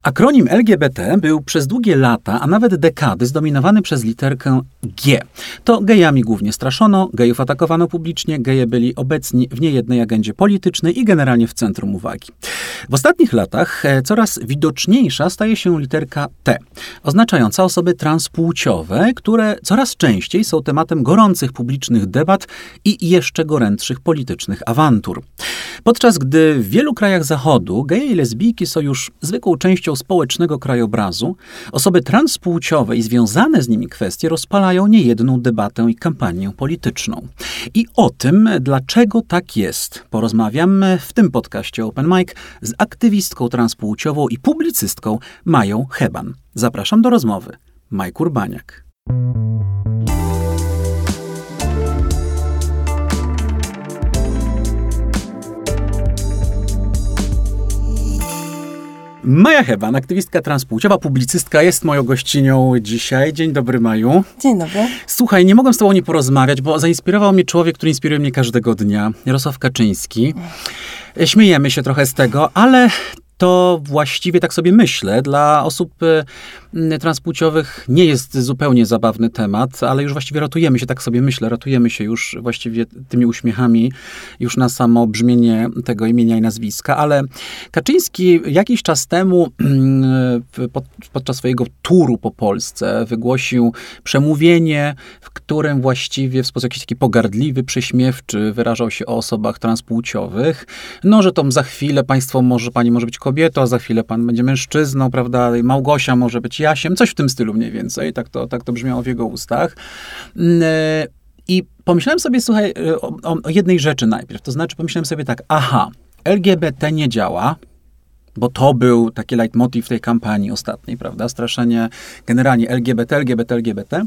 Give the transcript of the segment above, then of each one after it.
Akronim LGBT był przez długie lata, a nawet dekady zdominowany przez literkę G. To gejami głównie straszono, gejów atakowano publicznie, geje byli obecni w niejednej agendzie politycznej i generalnie w centrum uwagi. W ostatnich latach coraz widoczniejsza staje się literka T, oznaczająca osoby transpłciowe, które coraz częściej są tematem gorących publicznych debat i jeszcze gorętszych politycznych awantur. Podczas gdy w wielu krajach Zachodu geje i lesbijki są już zwykłą częścią społecznego krajobrazu, osoby transpłciowe i związane z nimi kwestie rozpalają niejedną debatę i kampanię polityczną. I o tym, dlaczego tak jest, porozmawiam w tym podcaście Open Mic z aktywistką transpłciową i publicystką Mają Heban. Zapraszam do rozmowy. Majk Urbaniak. Maja Heban, aktywistka transpłciowa, publicystka, jest moją gościnią dzisiaj. Dzień dobry, Maju. Dzień dobry. Słuchaj, nie mogłem z tobą nie porozmawiać, bo zainspirował mnie człowiek, który inspiruje mnie każdego dnia. Jarosław Kaczyński. Śmiejemy się trochę z tego, ale to właściwie, tak sobie myślę, dla osób transpłciowych nie jest zupełnie zabawny temat, ale już właściwie ratujemy się, tak sobie myślę, ratujemy się już właściwie tymi uśmiechami już na samo brzmienie tego imienia i nazwiska, ale Kaczyński jakiś czas temu podczas swojego turu po Polsce wygłosił przemówienie, w którym właściwie w sposób jakiś taki pogardliwy, prześmiewczy wyrażał się o osobach transpłciowych. No, że to za chwilę pani może być kobietą, a za chwilę pan będzie mężczyzną, prawda, i Małgosia może być Jasiem, coś w tym stylu mniej więcej, tak to brzmiało w jego ustach. I pomyślałem sobie, słuchaj, o jednej rzeczy najpierw, to znaczy pomyślałem sobie tak, LGBT nie działa, bo to był taki leitmotiv tej kampanii ostatniej, prawda, straszenie generalnie LGBT.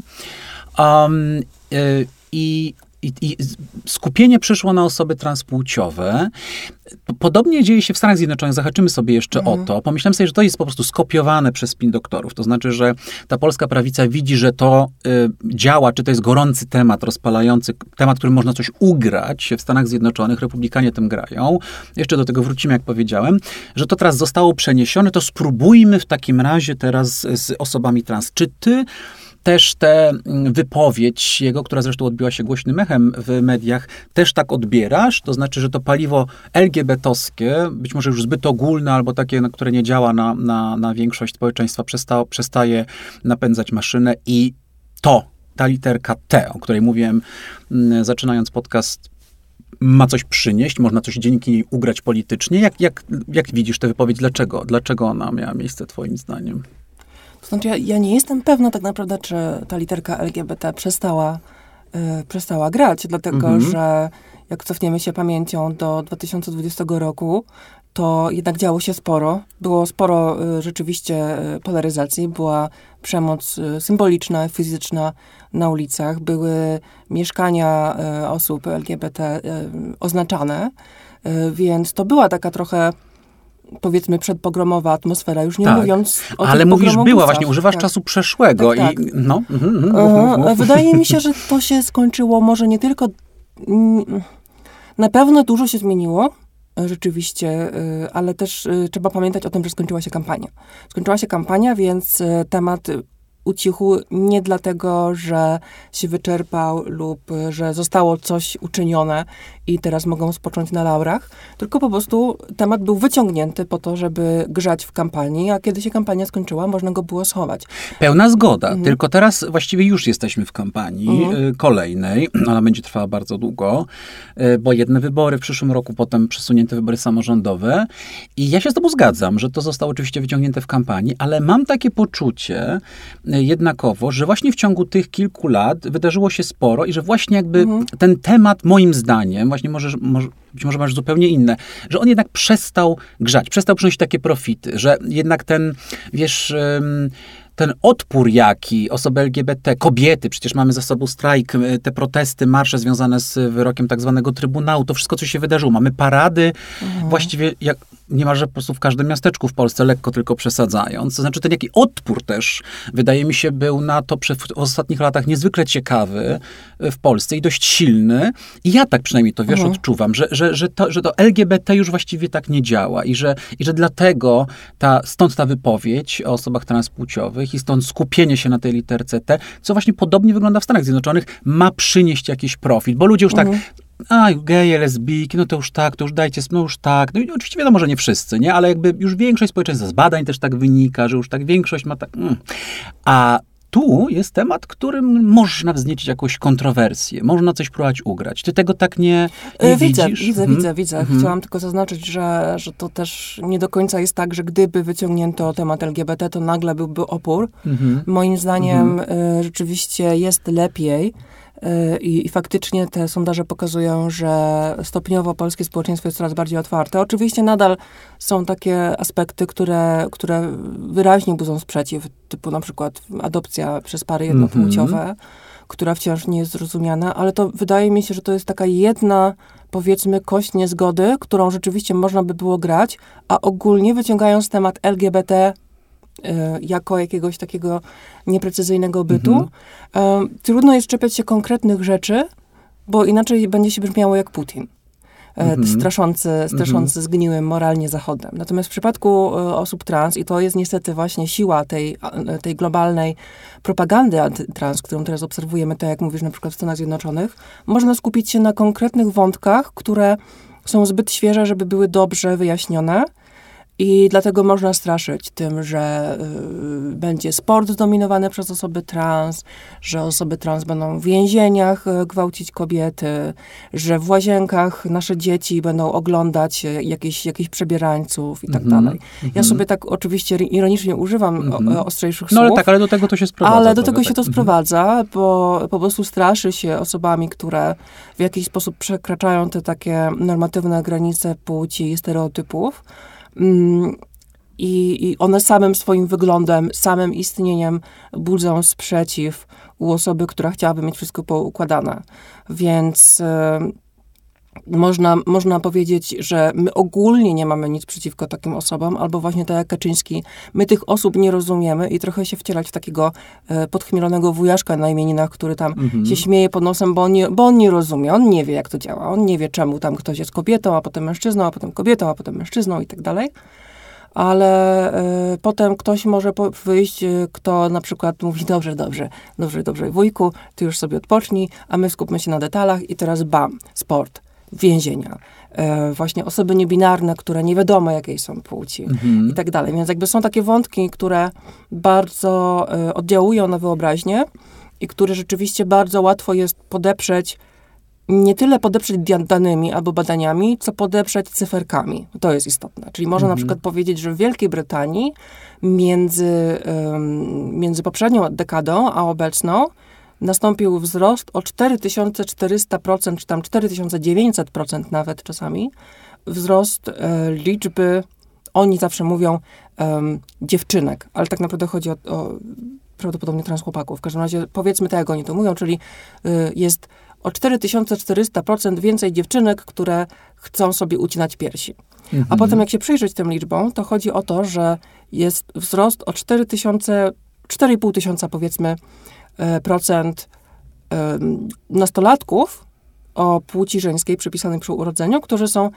I skupienie przyszło na osoby transpłciowe. Podobnie dzieje się w Stanach Zjednoczonych. Zahaczymy sobie jeszcze o to. Pomyślałem sobie, że to jest po prostu skopiowane przez spin doktorów. To znaczy, że ta polska prawica widzi, że to działa, czy to jest gorący temat, rozpalający temat, którym można coś ugrać w Stanach Zjednoczonych. Republikanie tym grają. Jeszcze do tego wrócimy, jak powiedziałem, że to teraz zostało przeniesione. To spróbujmy w takim razie teraz z osobami trans. Czy ty też tę wypowiedź jego, która zresztą odbiła się głośnym echem w mediach, też tak odbierasz? To znaczy, że to paliwo LGBT-owskie, być może już zbyt ogólne, albo takie, które nie działa na większość społeczeństwa, przestaje napędzać maszynę i ta literka T, o której mówiłem, zaczynając podcast, ma coś przynieść, można coś dzięki niej ugrać politycznie. Jak widzisz tę wypowiedź? Dlaczego ona miała miejsce twoim zdaniem? To znaczy, ja nie jestem pewna tak naprawdę, czy ta literka LGBT przestała grać, dlatego że jak cofniemy się pamięcią do 2020 roku, to jednak działo się sporo. Było sporo rzeczywiście polaryzacji, była przemoc symboliczna, fizyczna na ulicach, były mieszkania osób LGBT oznaczane, więc to była taka trochę, powiedzmy, przedpogromowa atmosfera, już nie mówiąc o tych. Ale mówisz była, właśnie używasz czasu przeszłego. Tak. I, Wydaje mi się, że to się skończyło może nie tylko, na pewno dużo się zmieniło, rzeczywiście, ale też trzeba pamiętać o tym, że skończyła się kampania. Skończyła się kampania, więc temat ucichł nie dlatego, że się wyczerpał lub że zostało coś uczynione i teraz mogą spocząć na laurach, tylko po prostu temat był wyciągnięty po to, żeby grzać w kampanii, a kiedy się kampania skończyła, można go było schować. Pełna zgoda, tylko teraz właściwie już jesteśmy w kampanii kolejnej. Ona będzie trwała bardzo długo, bo jedne wybory w przyszłym roku, potem przesunięte wybory samorządowe. I ja się z tobą zgadzam, że to zostało oczywiście wyciągnięte w kampanii, ale mam takie poczucie jednakowo, że właśnie w ciągu tych kilku lat wydarzyło się sporo i że właśnie jakby ten temat, moim zdaniem, właśnie być może masz zupełnie inne, że on jednak przestał grzać, przestał przynosić takie profity, że jednak ten, wiesz, ten odpór, jaki osoby LGBT, kobiety, przecież mamy za sobą strajk, te protesty, marsze związane z wyrokiem tak zwanego Trybunału, to wszystko, co się wydarzyło. Mamy parady, właściwie niemalże po prostu w każdym miasteczku w Polsce, lekko tylko przesadzając. To znaczy ten jaki odpór też, wydaje mi się, był na to w ostatnich latach niezwykle ciekawy w Polsce i dość silny. I ja tak przynajmniej to, wiesz, odczuwam, że to LGBT już właściwie tak nie działa i że dlatego stąd ta wypowiedź o osobach transpłciowych i stąd skupienie się na tej literce T, co właśnie podobnie wygląda w Stanach Zjednoczonych, ma przynieść jakiś profit, bo ludzie już tak, geje, lesbijki, no to już tak, to już dajcie, no już tak. No i oczywiście wiadomo, że nie wszyscy, nie? Ale jakby już większość społeczeństwa z badań też tak wynika, że już tak większość ma tak. A tu jest temat, którym można wzniecić jakąś kontrowersję, można coś próbować ugrać. Ty tego tak nie widzisz? Widzę. Chciałam tylko zaznaczyć, że to też nie do końca jest tak, że gdyby wyciągnięto temat LGBT, to nagle byłby opór. Moim zdaniem rzeczywiście jest lepiej. I faktycznie te sondaże pokazują, że stopniowo polskie społeczeństwo jest coraz bardziej otwarte. Oczywiście nadal są takie aspekty, które wyraźnie budzą sprzeciw, typu na przykład adopcja przez pary jednopłciowe, która wciąż nie jest zrozumiana, ale to wydaje mi się, że to jest taka jedna, powiedzmy, kość niezgody, którą rzeczywiście można by było grać, a ogólnie wyciągając temat LGBT jako jakiegoś takiego nieprecyzyjnego bytu. Trudno jest czepiać się konkretnych rzeczy, bo inaczej będzie się brzmiało jak Putin. Straszący zgniłym moralnie Zachodem. Natomiast w przypadku osób trans, i to jest niestety właśnie siła tej globalnej propagandy antytrans, którą teraz obserwujemy, tak jak mówisz, na przykład w Stanach Zjednoczonych, można skupić się na konkretnych wątkach, które są zbyt świeże, żeby były dobrze wyjaśnione. I dlatego można straszyć tym, że będzie sport zdominowany przez osoby trans, że osoby trans będą w więzieniach gwałcić kobiety, że w łazienkach nasze dzieci będą oglądać jakichś przebierańców i tak dalej. Ja sobie tak oczywiście ironicznie używam ostrzejszych słów. No ale tak, ale do tego to się sprowadza. Ale do tego się to sprowadza, bo po prostu straszy się osobami, które w jakiś sposób przekraczają te takie normatywne granice płci i stereotypów. I one samym swoim wyglądem, samym istnieniem budzą sprzeciw u osoby, która chciałaby mieć wszystko poukładane. Więc można powiedzieć, że my ogólnie nie mamy nic przeciwko takim osobom, albo właśnie tak jak Kaczyński, my tych osób nie rozumiemy i trochę się wcielać w takiego podchmielonego wujaszka na imieninach, który tam się śmieje pod nosem, bo on nie rozumie, on nie wie, jak to działa, on nie wie, czemu tam ktoś jest kobietą, a potem mężczyzną, a potem kobietą, a potem mężczyzną i tak dalej. Ale potem ktoś może wyjść, kto na przykład mówi, dobrze, wujku, ty już sobie odpocznij, a my skupmy się na detalach i teraz bam, sport, więzienia, właśnie osoby niebinarne, które nie wiadomo jakiej są płci i tak dalej. Więc jakby są takie wątki, które bardzo oddziałują na wyobraźnię i które rzeczywiście bardzo łatwo jest podeprzeć, nie tyle podeprzeć danymi albo badaniami, co cyferkami. To jest istotne. Czyli można na przykład powiedzieć, że w Wielkiej Brytanii między poprzednią dekadą a obecną nastąpił wzrost o 4400%, czy tam 4900% nawet czasami, wzrost liczby, oni zawsze mówią dziewczynek, ale tak naprawdę chodzi o prawdopodobnie trans chłopaków. W każdym razie powiedzmy tak, jak oni to mówią, czyli jest o 4400% więcej dziewczynek, które chcą sobie ucinać piersi. A potem jak się przyjrzeć tym liczbom, to chodzi o to, że jest wzrost o 4,5 tysiąca powiedzmy procent nastolatków o płci żeńskiej przypisanej przy urodzeniu, którzy są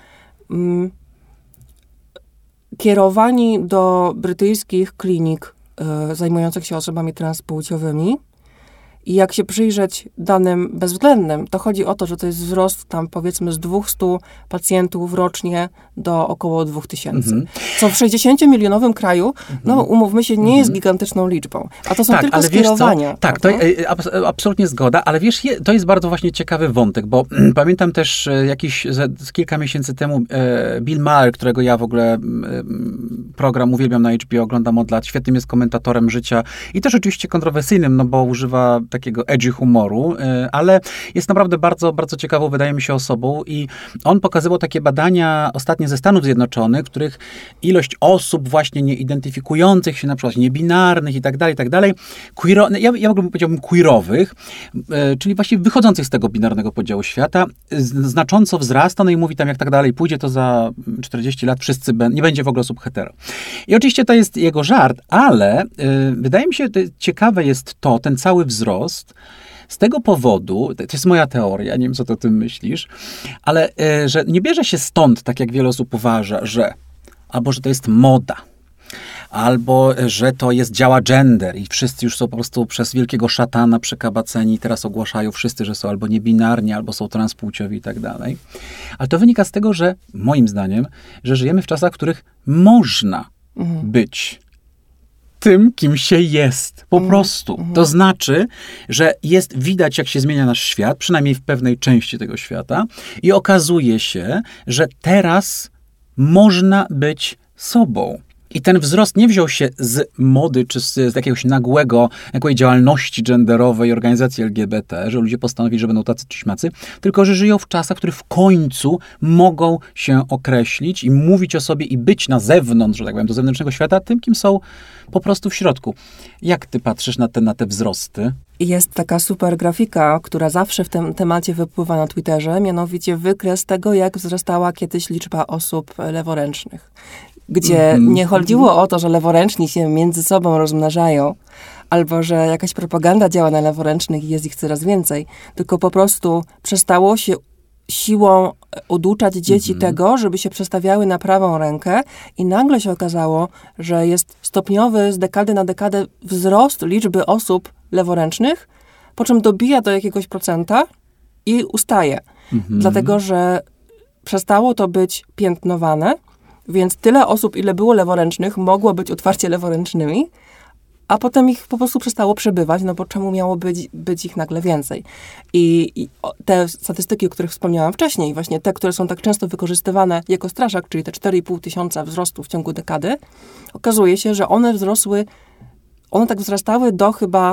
kierowani do brytyjskich klinik zajmujących się osobami transpłciowymi. I jak się przyjrzeć danym bezwzględnym, to chodzi o to, że to jest wzrost tam powiedzmy z 200 pacjentów rocznie do około 2000. Co w 60-milionowym kraju, no umówmy się, nie jest gigantyczną liczbą. A to są tylko ale skierowania. Tak, to absolutnie zgoda, ale wiesz, to jest bardzo właśnie ciekawy wątek, bo pamiętam też kilka miesięcy temu Bill Maher, którego ja w ogóle program uwielbiam na HBO, oglądam od lat, świetnym jest komentatorem życia i też oczywiście kontrowersyjnym, no bo używa takiego edgy humoru, ale jest naprawdę bardzo, bardzo ciekawą, wydaje mi się, osobą i on pokazywał takie badania ostatnie ze Stanów Zjednoczonych, w których ilość osób właśnie nie-identyfikujących się, na przykład niebinarnych i tak dalej, ja w ogóle powiedziałbym queerowych, czyli właśnie wychodzących z tego binarnego podziału świata, znacząco wzrasta, no i mówi tam, jak tak dalej pójdzie, to za 40 lat wszyscy nie będzie w ogóle osób hetero. I oczywiście to jest jego żart, ale wydaje mi się, ciekawe jest ten cały wzrost, z tego powodu, to jest moja teoria, nie wiem, co ty o tym myślisz, ale że nie bierze się stąd, tak jak wiele osób uważa, że albo że to jest moda, albo że to działa gender i wszyscy już są po prostu przez wielkiego szatana przekabaceni i teraz ogłaszają wszyscy, że są albo niebinarni, albo są transpłciowi i tak dalej. Ale to wynika z tego, że moim zdaniem, że żyjemy w czasach, w których można być tym, kim się jest. Po prostu. To znaczy, że widać, jak się zmienia nasz świat, przynajmniej w pewnej części tego świata i okazuje się, że teraz można być sobą. I ten wzrost nie wziął się z mody, czy z jakiegoś nagłej działalności genderowej organizacji LGBT, że ludzie postanowili, że będą tacy czy śmacy, tylko że żyją w czasach, w których w końcu mogą się określić i mówić o sobie i być na zewnątrz, że tak powiem, do zewnętrznego świata, tym, kim są po prostu w środku. Jak ty patrzysz na te wzrosty? Jest taka super grafika, która zawsze w tym temacie wypływa na Twitterze, mianowicie wykres tego, jak wzrastała kiedyś liczba osób leworęcznych. Gdzie nie chodziło o to, że leworęczni się między sobą rozmnażają, albo że jakaś propaganda działa na leworęcznych i jest ich coraz więcej, tylko po prostu przestało się siłą oduczać dzieci tego, żeby się przestawiały na prawą rękę i nagle się okazało, że jest stopniowy z dekady na dekadę wzrost liczby osób leworęcznych, po czym dobija do jakiegoś procenta i ustaje. Dlatego, że przestało to być piętnowane, więc tyle osób, ile było leworęcznych, mogło być otwarcie leworęcznymi, a potem ich po prostu przestało przebywać, no bo czemu miało być ich nagle więcej? I te statystyki, o których wspomniałam wcześniej, właśnie te, które są tak często wykorzystywane jako straszak, czyli te 4,5 tysiąca wzrostu w ciągu dekady, okazuje się, że one tak wzrastały do chyba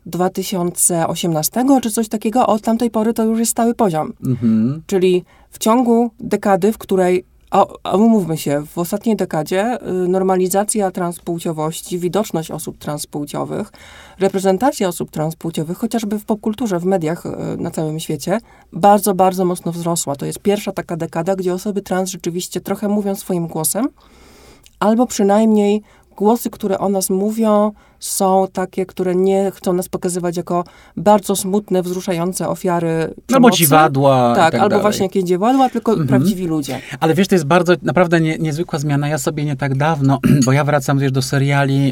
2018 czy coś takiego, a od tamtej pory to już jest stały poziom. Czyli w ciągu dekady, w której a umówmy się, w ostatniej dekadzie normalizacja transpłciowości, widoczność osób transpłciowych, reprezentacja osób transpłciowych, chociażby w popkulturze, w mediach na całym świecie, bardzo, bardzo mocno wzrosła. To jest pierwsza taka dekada, gdzie osoby trans rzeczywiście trochę mówią swoim głosem, albo przynajmniej głosy, które o nas mówią, są takie, które nie chcą nas pokazywać jako bardzo smutne, wzruszające ofiary przemocy. Albo dziwadła. Tak, tak albo dalej. właśnie jakieś dziwadła, tylko prawdziwi ludzie. Ale wiesz, to jest bardzo, naprawdę niezwykła zmiana. Ja sobie nie tak dawno, bo ja wracam wiesz, do seriali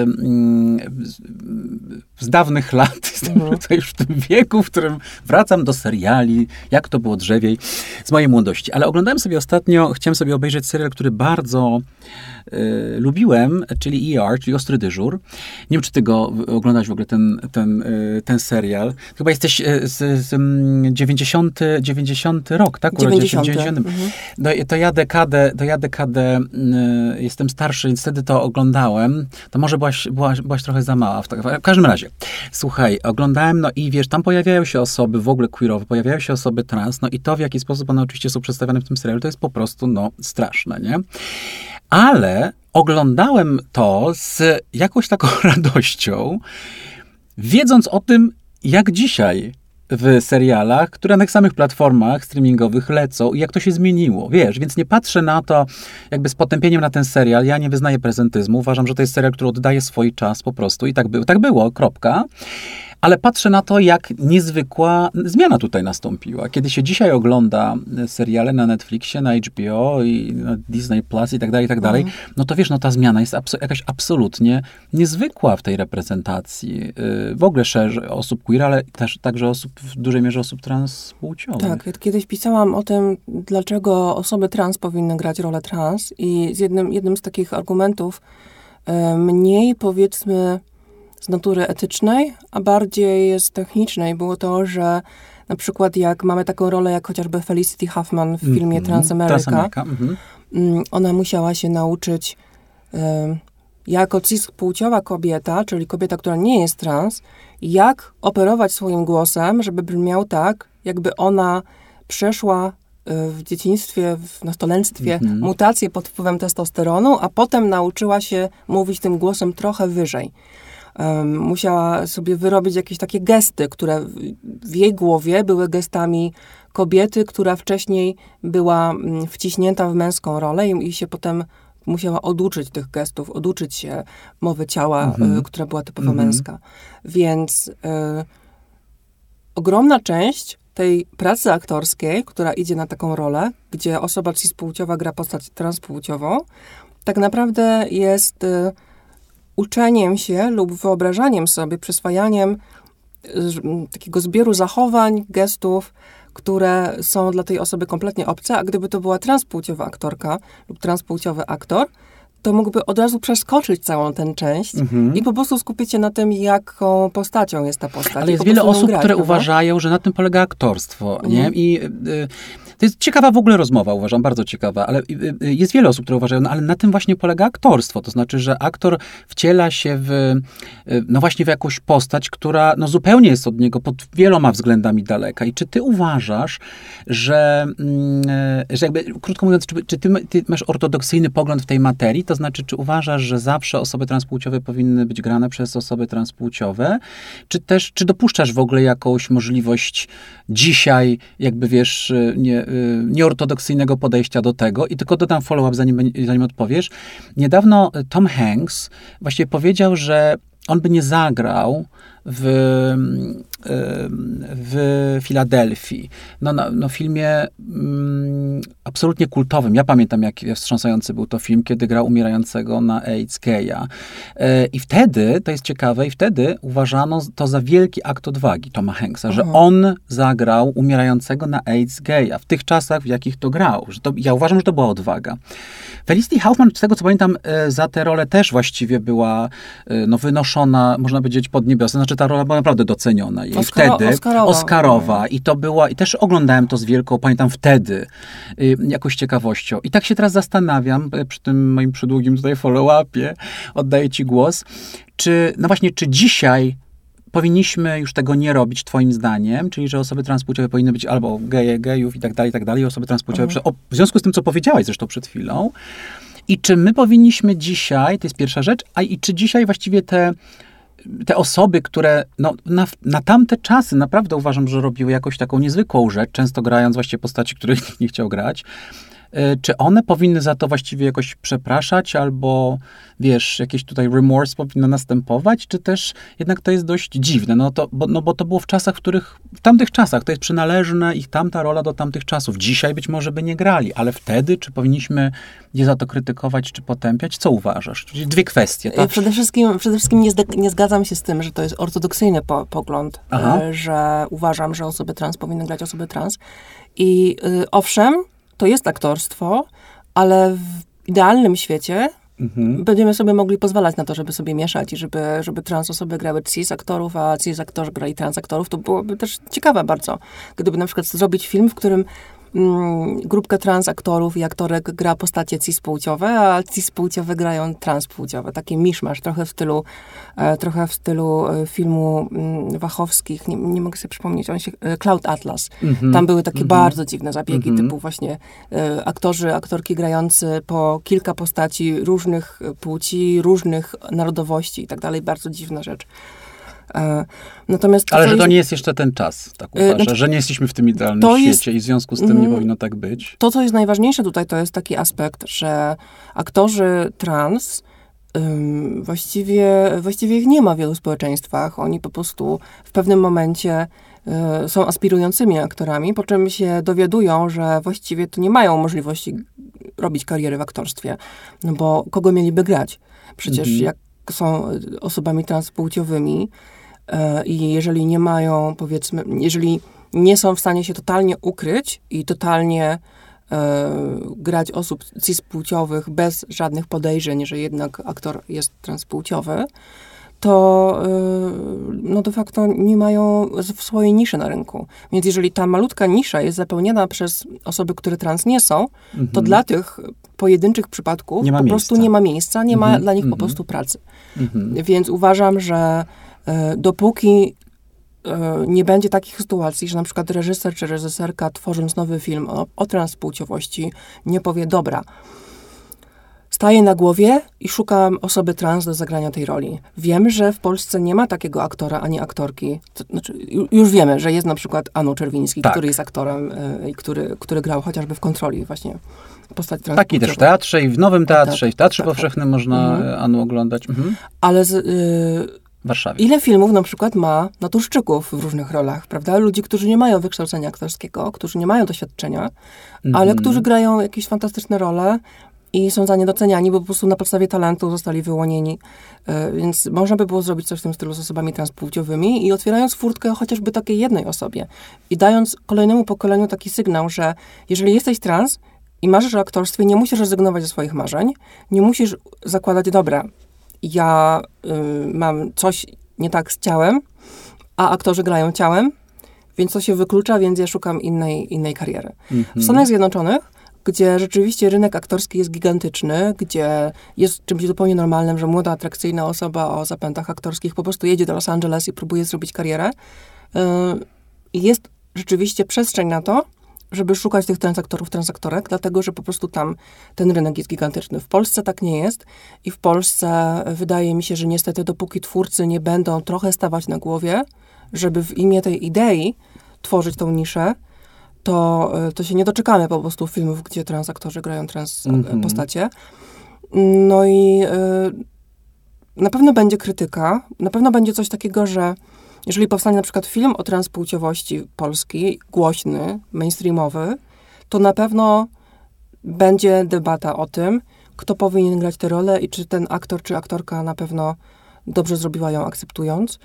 z dawnych lat. Jestem tutaj już w tym wieku, w którym wracam do seriali, jak to było drzewiej, z mojej młodości. Ale oglądałem sobie ostatnio, chciałem sobie obejrzeć serial, który bardzo lubiłem, czyli ER, czyli Ostry Dyżur. Nie wiem, czy ty go oglądasz w ogóle, ten serial. Chyba jesteś z 90 rok, tak? 90. To ja dekadę jestem starszy, więc wtedy to oglądałem. To może byłaś trochę za mała. W każdym razie, słuchaj, oglądałem, no i wiesz, tam pojawiają się osoby w ogóle queerowe, pojawiają się osoby trans, no i to, w jaki sposób one oczywiście są przedstawiane w tym serialu, to jest po prostu, straszne, nie? Ale oglądałem to z jakąś taką radością, wiedząc o tym, jak dzisiaj w serialach, które na tych samych platformach streamingowych lecą i jak to się zmieniło, wiesz, więc nie patrzę na to jakby z potępieniem na ten serial, ja nie wyznaję prezentyzmu, uważam, że to jest serial, który oddaje swój czas po prostu i tak było, kropka. Ale patrzę na to, jak niezwykła zmiana tutaj nastąpiła. Kiedy się dzisiaj ogląda seriale na Netflixie, na HBO i na Disney Plus i tak dalej, no to wiesz, ta zmiana jest jakaś absolutnie niezwykła w tej reprezentacji. W ogóle szerzej osób queer, ale też także w dużej mierze osób transpłciowych. Tak, ja kiedyś pisałam o tym, dlaczego osoby trans powinny grać rolę trans i jednym z takich argumentów mniej, powiedzmy, z natury etycznej, a bardziej z technicznej było to, że na przykład jak mamy taką rolę jak chociażby Felicity Huffman w filmie Transamerica, ona musiała się nauczyć jako cispłciowa kobieta, czyli kobieta, która nie jest trans, jak operować swoim głosem, żeby brzmiał tak, jakby ona przeszła w dzieciństwie, w nastolenstwie mutację pod wpływem testosteronu, a potem nauczyła się mówić tym głosem trochę wyżej. Musiała sobie wyrobić jakieś takie gesty, które w jej głowie były gestami kobiety, która wcześniej była wciśnięta w męską rolę i się potem musiała oduczyć tych gestów, oduczyć się mowy ciała, która była typowo męska. Więc ogromna część tej pracy aktorskiej, która idzie na taką rolę, gdzie osoba cispłciowa gra postać transpłciową, tak naprawdę jest uczeniem się lub wyobrażaniem sobie, przyswajaniem takiego zbioru zachowań, gestów, które są dla tej osoby kompletnie obce, a gdyby to była transpłciowa aktorka lub transpłciowy aktor, to mógłby od razu przeskoczyć całą tę część i po prostu skupić się na tym, jaką postacią jest ta postać. Ale jest wiele osób, które uważają, że na tym polega aktorstwo, nie? I to jest ciekawa w ogóle rozmowa, uważam, bardzo ciekawa, ale jest wiele osób, które uważają, no ale na tym właśnie polega aktorstwo. To znaczy, że aktor wciela się no właśnie w jakąś postać, która no zupełnie jest od niego pod wieloma względami daleka. I czy ty uważasz, że jakby, krótko mówiąc, czy ty masz ortodoksyjny pogląd w tej materii? To znaczy, czy uważasz, że zawsze osoby transpłciowe powinny być grane przez osoby transpłciowe? Czy dopuszczasz w ogóle jakąś możliwość dzisiaj, jakby wiesz, nieortodoksyjnego podejścia do tego? I tylko dodam follow-up, zanim odpowiesz. Niedawno Tom Hanks właściwie powiedział, że on by nie zagrał w Filadelfii. No filmie absolutnie kultowym. Ja pamiętam, jak wstrząsający był to film, kiedy grał umierającego na AIDS geja. I wtedy, to jest ciekawe, uważano to za wielki akt odwagi Toma Hanksa, że on zagrał umierającego na AIDS geja w tych czasach, w jakich to grał. Ja uważam, że to była odwaga. Felicity Huffman, z tego co pamiętam, za tę rolę też właściwie była wynoszona, można powiedzieć, pod niebiosa. Znaczy ta rola była naprawdę doceniona. I Oscarowa. I to była, i też oglądałem to z wielką, pamiętam wtedy, jakąś ciekawością. I tak się teraz zastanawiam, przy tym moim przydługim tutaj follow-upie, oddaję ci głos, czy dzisiaj powinniśmy już tego nie robić, twoim zdaniem, czyli że osoby transpłciowe powinny być albo gejów i tak dalej, osoby transpłciowe, w związku z tym, co powiedziałaś zresztą przed chwilą. I czy my powinniśmy dzisiaj, to jest pierwsza rzecz, i czy dzisiaj właściwie te osoby, które na tamte czasy naprawdę uważam, że robiły jakąś taką niezwykłą rzecz, często grając właściwie postaci, których nikt nie chciał grać, czy one powinny za to właściwie jakoś przepraszać, albo wiesz, jakieś tutaj remorse powinno następować, czy też jednak to jest dość dziwne, bo to było w tamtych czasach, to jest przynależna ich tamta rola do tamtych czasów. Dzisiaj być może by nie grali, ale wtedy, czy powinniśmy je za to krytykować, czy potępiać? Co uważasz? Czyli dwie kwestie, tak? Przede wszystkim nie zgadzam się z tym, że to jest ortodoksyjny pogląd, że uważam, że osoby trans powinny grać osoby trans. I owszem, to jest aktorstwo, ale w idealnym świecie będziemy sobie mogli pozwalać na to, żeby sobie mieszać i żeby trans osoby grały cis aktorów, a cis aktorzy grali trans aktorów. To byłoby też ciekawe bardzo. Gdyby na przykład zrobić film, w którym grupkę trans aktorów i aktorek gra postacie cispłciowe, a cispłciowe grają transpłciowe. Taki miszmasz, trochę w stylu filmu Wachowskich. Nie mogę sobie przypomnieć, Cloud Atlas. Tam były takie bardzo dziwne zabiegi, typu właśnie aktorki grający po kilka postaci różnych płci, różnych narodowości i tak dalej. Bardzo dziwna rzecz. Ale że to nie jest jeszcze ten czas, tak uważasz, że nie jesteśmy w tym idealnym świecie i w związku z tym nie powinno tak być. To, co jest najważniejsze tutaj, to jest taki aspekt, że aktorzy trans właściwie ich nie ma w wielu społeczeństwach. Oni po prostu w pewnym momencie są aspirującymi aktorami, po czym się dowiadują, że właściwie to nie mają możliwości robić kariery w aktorstwie, no bo kogo mieliby grać? Przecież jak są osobami transpłciowymi i jeżeli nie mają, powiedzmy, jeżeli nie są w stanie się totalnie ukryć i totalnie grać osób cispłciowych bez żadnych podejrzeń, że jednak aktor jest transpłciowy, to no de facto nie mają swojej niszy na rynku. Więc jeżeli ta malutka nisza jest zapełniona przez osoby, które trans nie są, to dla tych pojedynczych przypadków po prostu nie ma miejsca, nie ma dla nich po prostu pracy. Więc uważam, że dopóki nie będzie takich sytuacji, że na przykład reżyser czy reżyserka, tworząc nowy film o transpłciowości, nie powie, dobra, staję na głowie i szukam osoby trans do zagrania tej roli. Wiem, że w Polsce nie ma takiego aktora ani aktorki. To znaczy, już wiemy, że jest na przykład Anu Czerwiński, który jest aktorem i który grał chociażby w Kontroli właśnie postać transpłciową. Tak, i też w teatrze, i w Nowym Teatrze, i w Teatrze Powszechnym można Anu oglądać. Ale w Warszawie. ile filmów na przykład ma naturszczyków w różnych rolach, prawda? Ludzi, którzy nie mają wykształcenia aktorskiego, którzy nie mają doświadczenia, ale którzy grają jakieś fantastyczne role i są za nie doceniani, bo po prostu na podstawie talentu zostali wyłonieni. Więc można by było zrobić coś w tym stylu z osobami transpłciowymi i otwierając furtkę chociażby takiej jednej osobie i dając kolejnemu pokoleniu taki sygnał, że jeżeli jesteś trans i marzysz o aktorstwie, nie musisz rezygnować ze swoich marzeń, nie musisz zakładać, dobra, ja mam coś nie tak z ciałem, a aktorzy grają ciałem, więc to się wyklucza, więc ja szukam innej kariery. W Stanach Zjednoczonych, gdzie rzeczywiście rynek aktorski jest gigantyczny, gdzie jest czymś zupełnie normalnym, że młoda, atrakcyjna osoba o zapętach aktorskich po prostu jedzie do Los Angeles i próbuje zrobić karierę. Jest rzeczywiście przestrzeń na to, żeby szukać tych transaktorów, transaktorek, dlatego, że po prostu tam ten rynek jest gigantyczny. W Polsce tak nie jest i w Polsce wydaje mi się, że niestety dopóki twórcy nie będą trochę stawać na głowie, żeby w imię tej idei tworzyć tą niszę, to się nie doczekamy po prostu filmów, gdzie transaktorzy grają trans postacie. No i na pewno będzie krytyka, na pewno będzie coś takiego, że jeżeli powstanie na przykład film o transpłciowości polski, głośny, mainstreamowy, to na pewno będzie debata o tym, kto powinien grać tę rolę i czy ten aktor, czy aktorka na pewno dobrze zrobiła ją akceptując.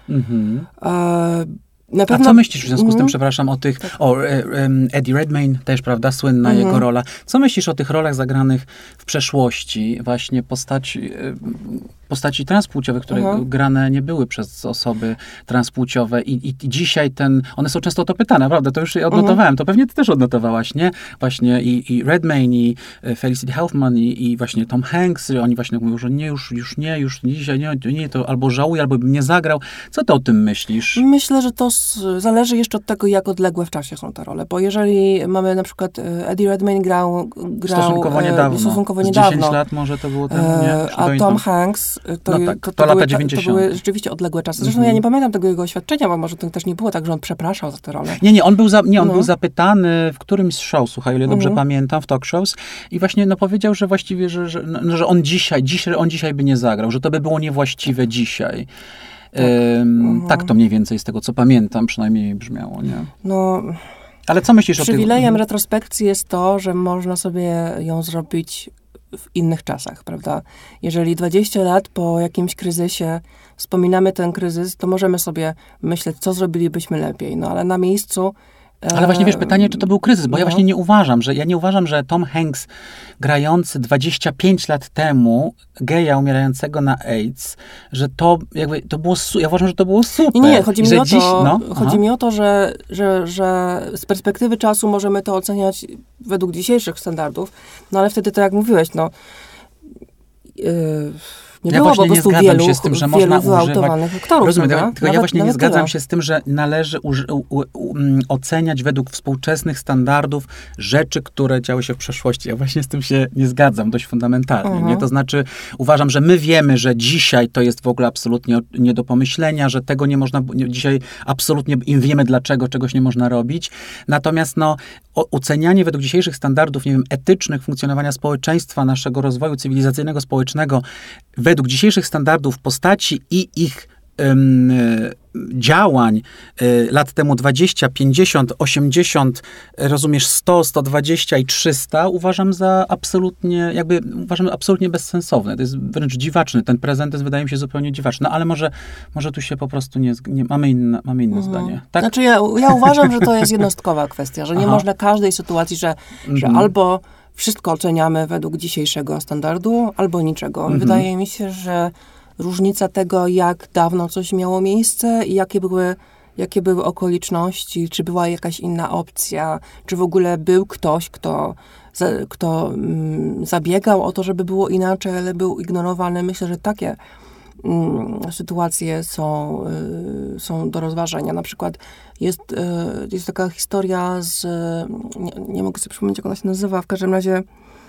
A co myślisz w związku z tym, przepraszam, o tych, Eddie Redmayne też, prawda, słynna jego rola. Co myślisz o tych rolach zagranych w przeszłości, właśnie postaci transpłciowe, które grane nie były przez osoby transpłciowe i dzisiaj one są często o to pytane, prawda, to już odnotowałem, to pewnie ty też odnotowałaś, nie? Właśnie i Redmayne, i Felicity Huffman, i właśnie Tom Hanks, oni właśnie mówią, że już dzisiaj, nie, to albo żałuję, albo bym nie zagrał. Co ty o tym myślisz? Myślę, że to zależy jeszcze od tego, jak odległe w czasie są te role, bo jeżeli mamy na przykład Eddie Redmayne grał stosunkowo niedawno. 10 lat może to było nie? A Tom Hanks to lata 90. To były rzeczywiście odległe czasy. Zresztą ja nie pamiętam tego jego oświadczenia, bo może to też nie było tak, że on przepraszał za tę rolę. Nie, on był zapytany w którymś z show, słuchaj, o ile dobrze pamiętam, w talk shows i właśnie powiedział, że właściwie, że on dzisiaj by nie zagrał, że to by było niewłaściwe dzisiaj. Tak to mniej więcej z tego, co pamiętam, przynajmniej brzmiało, nie? No, ale co myślisz o tym? Przywilejem retrospekcji jest to, że można sobie ją zrobić w innych czasach, prawda? Jeżeli 20 lat po jakimś kryzysie wspominamy ten kryzys, to możemy sobie myśleć, co zrobilibyśmy lepiej. No ale na miejscu ale właśnie wiesz, pytanie, czy to był kryzys, bo ja właśnie nie uważam, że Tom Hanks grający 25 lat temu geja umierającego na AIDS, że to jakby, to było, ja uważam, że to było super. Nie, chodzi mi o to, że z perspektywy czasu możemy to oceniać według dzisiejszych standardów, no ale wtedy, tak jak mówiłeś, nie było po prostu zgadzam się z tym, że można wyautowanych aktorów. Rozumiem, tylko ja właśnie nie zgadzam się z tym, że należy oceniać według współczesnych standardów rzeczy, które działy się w przeszłości. Ja właśnie z tym się nie zgadzam dość fundamentalnie. Nie? To znaczy uważam, że my wiemy, że dzisiaj to jest w ogóle absolutnie nie do pomyślenia, że tego nie można, dzisiaj absolutnie wiemy dlaczego czegoś nie można robić. Natomiast ocenianie według dzisiejszych standardów, nie wiem, etycznych funkcjonowania społeczeństwa, naszego rozwoju cywilizacyjnego, społecznego, według dzisiejszych standardów postaci i ich działań lat temu 20, 50, 80, rozumiesz, 100, 120 i 300 uważam absolutnie bezsensowne. To jest wręcz dziwaczny. Ten prezent wydaje mi się zupełnie dziwaczny. No ale może tu się po prostu nie mamy inne zdanie. Tak? Znaczy ja uważam, że to jest jednostkowa kwestia, że nie można każdej sytuacji, że albo wszystko oceniamy według dzisiejszego standardu, albo niczego. Wydaje mi się, że różnica tego, jak dawno coś miało miejsce i jakie były okoliczności, czy była jakaś inna opcja, czy w ogóle był ktoś, kto zabiegał o to, żeby było inaczej, ale był ignorowany. Myślę, że takie sytuacje są do rozważenia. Na przykład jest taka historia nie mogę sobie przypomnieć, jak ona się nazywa, w każdym razie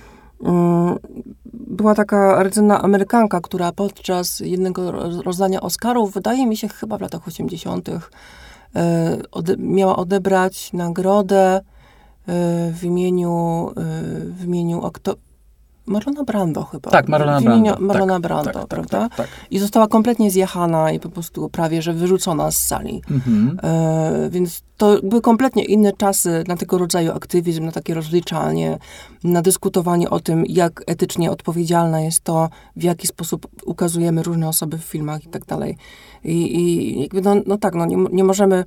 była taka rdzenna Amerykanka, która podczas jednego rozdania Oscarów, wydaje mi się chyba w latach 80., miała odebrać nagrodę w imieniu Marlona Brando chyba. Tak, Marlona Brando. Tak, prawda? Tak. I została kompletnie zjechana i po prostu prawie, że wyrzucona z sali. Więc to były kompletnie inne czasy na tego rodzaju aktywizm, na takie rozliczanie, na dyskutowanie o tym, jak etycznie odpowiedzialne jest to, w jaki sposób ukazujemy różne osoby w filmach i tak dalej. I jakby nie możemy